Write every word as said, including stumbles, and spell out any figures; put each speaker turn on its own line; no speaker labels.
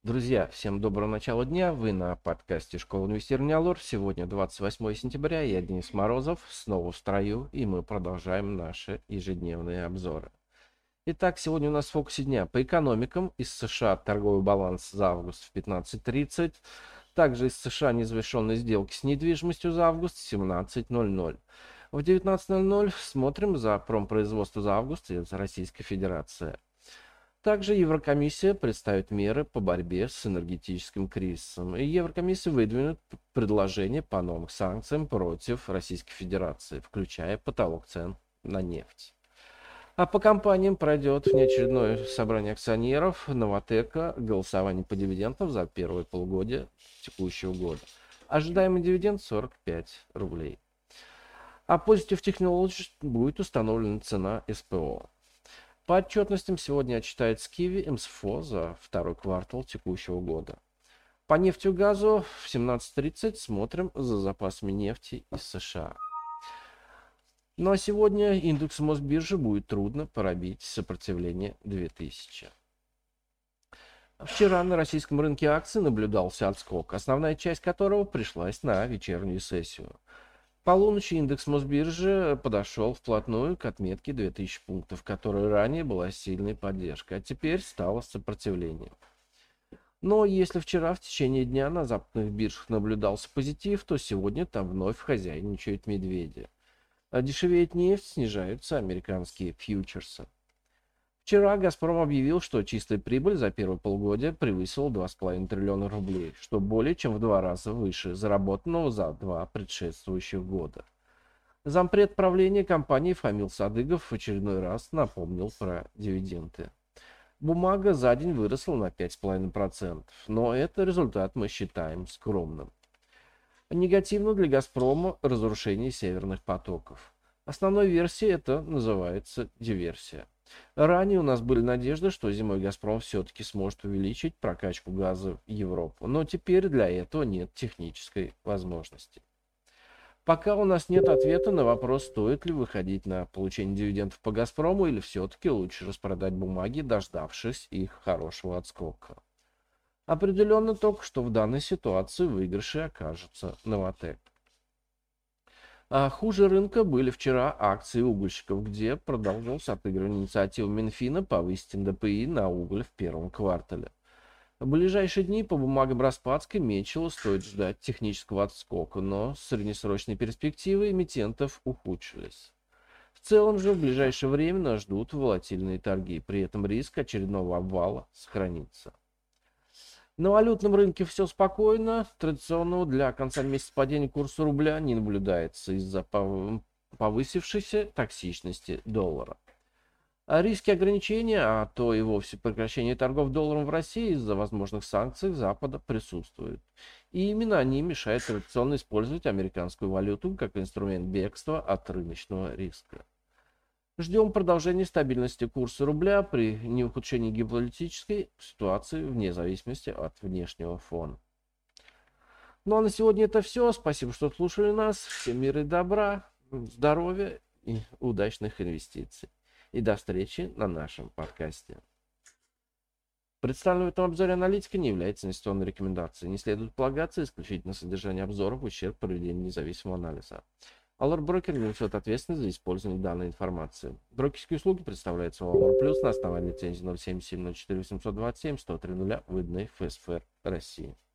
Друзья, всем доброго начала дня. Вы на подкасте «Школа инвестирования Алор». Сегодня двадцать восьмое сентября. Я Денис Морозов, снова в строю, и мы продолжаем наши ежедневные обзоры. Итак, сегодня у нас в фокусе дня по экономикам. Из США торговый баланс за август в пятнадцать тридцать. Также из США незавершенные сделки с недвижимостью за август в семнадцать ноль ноль. В девятнадцать ноль ноль смотрим за промпроизводство за август из Российской Федерации. Также Еврокомиссия представит меры по борьбе с энергетическим кризисом. И Еврокомиссия выдвинет предложение по новым санкциям против Российской Федерации, включая потолок цен на нефть. А по компаниям пройдет внеочередное собрание акционеров Новатэка, голосование по дивидендам за первое полугодие текущего года. Ожидаемый дивиденд сорок пять рублей. А Positive Technologies будет установлена цена эс пэ о. По отчетностям сегодня отчитается Киви эм эс эф о за второй квартал текущего года. По нефти и газу в семнадцать тридцать смотрим за запасами нефти из США. Ну а сегодня индекс Мосбиржи будет трудно пробить сопротивление две тысячи. Вчера на российском рынке акций наблюдался отскок, основная часть которого пришлась на вечернюю сессию. К полуночи индекс Мосбиржи подошел вплотную к отметке две тысячи пунктов, которая ранее была сильной поддержкой, а теперь стала сопротивлением. Но если вчера в течение дня на западных биржах наблюдался позитив, то сегодня там вновь хозяйничают медведи. А дешевеет нефть, снижаются американские фьючерсы. Вчера «Газпром» объявил, что чистая прибыль за первое полугодие превысила два с половиной триллиона рублей, что более чем в два раза выше заработанного за два предшествующих года. Зампред правления компании Фамил Садыгов в очередной раз напомнил про дивиденды. Бумага за день выросла на пять с половиной процентов, но это результат мы считаем скромным. Негативно для «Газпрома» разрушение северных потоков. Основной версией это называется диверсия. Ранее у нас были надежды, что зимой «Газпром» все-таки сможет увеличить прокачку газа в Европу, но теперь для этого нет технической возможности. Пока у нас нет ответа на вопрос, стоит ли выходить на получение дивидендов по «Газпрому» или все-таки лучше распродать бумаги, дождавшись их хорошего отскока. Определенно только, что в данной ситуации в выигрыше окажется Новатэк. А хуже рынка были вчера акции угольщиков, где продолжилось отыгрывание инициативы Минфина повысить эн дэ пэ и на уголь в первом квартале. В ближайшие дни по бумагам Распадской Мечела стоит ждать технического отскока, но среднесрочные перспективы эмитентов ухудшились. В целом же в ближайшее время нас ждут волатильные торги, при этом риск очередного обвала сохранится. На валютном рынке все спокойно. Традиционного для конца месяца падения курса рубля не наблюдается из-за повысившейся токсичности доллара. А риски ограничения, а то и вовсе прекращения торгов долларом в России из-за возможных санкций Запада присутствуют. И именно они мешают традиционно использовать американскую валюту как инструмент бегства от рыночного риска. Ждем продолжения стабильности курса рубля при неухудшении геополитической ситуации вне зависимости от внешнего фона. Ну а на сегодня это все. Спасибо, что слушали нас. Всем мира и добра, здоровья и удачных инвестиций. И до встречи на нашем подкасте. Представленная в этом обзоре аналитика не является инвестиционной рекомендацией. Не следует полагаться исключительно на содержание обзоров в ущерб проведению независимого анализа. Allor Broker не несет ответственность за использование данной информации. Брокерские услуги представляются в Allor Plus на основании лицензии ноль семь семь ноль четыре восемьсот двадцать семь сто три нуля, выданной эф эс эф эр России.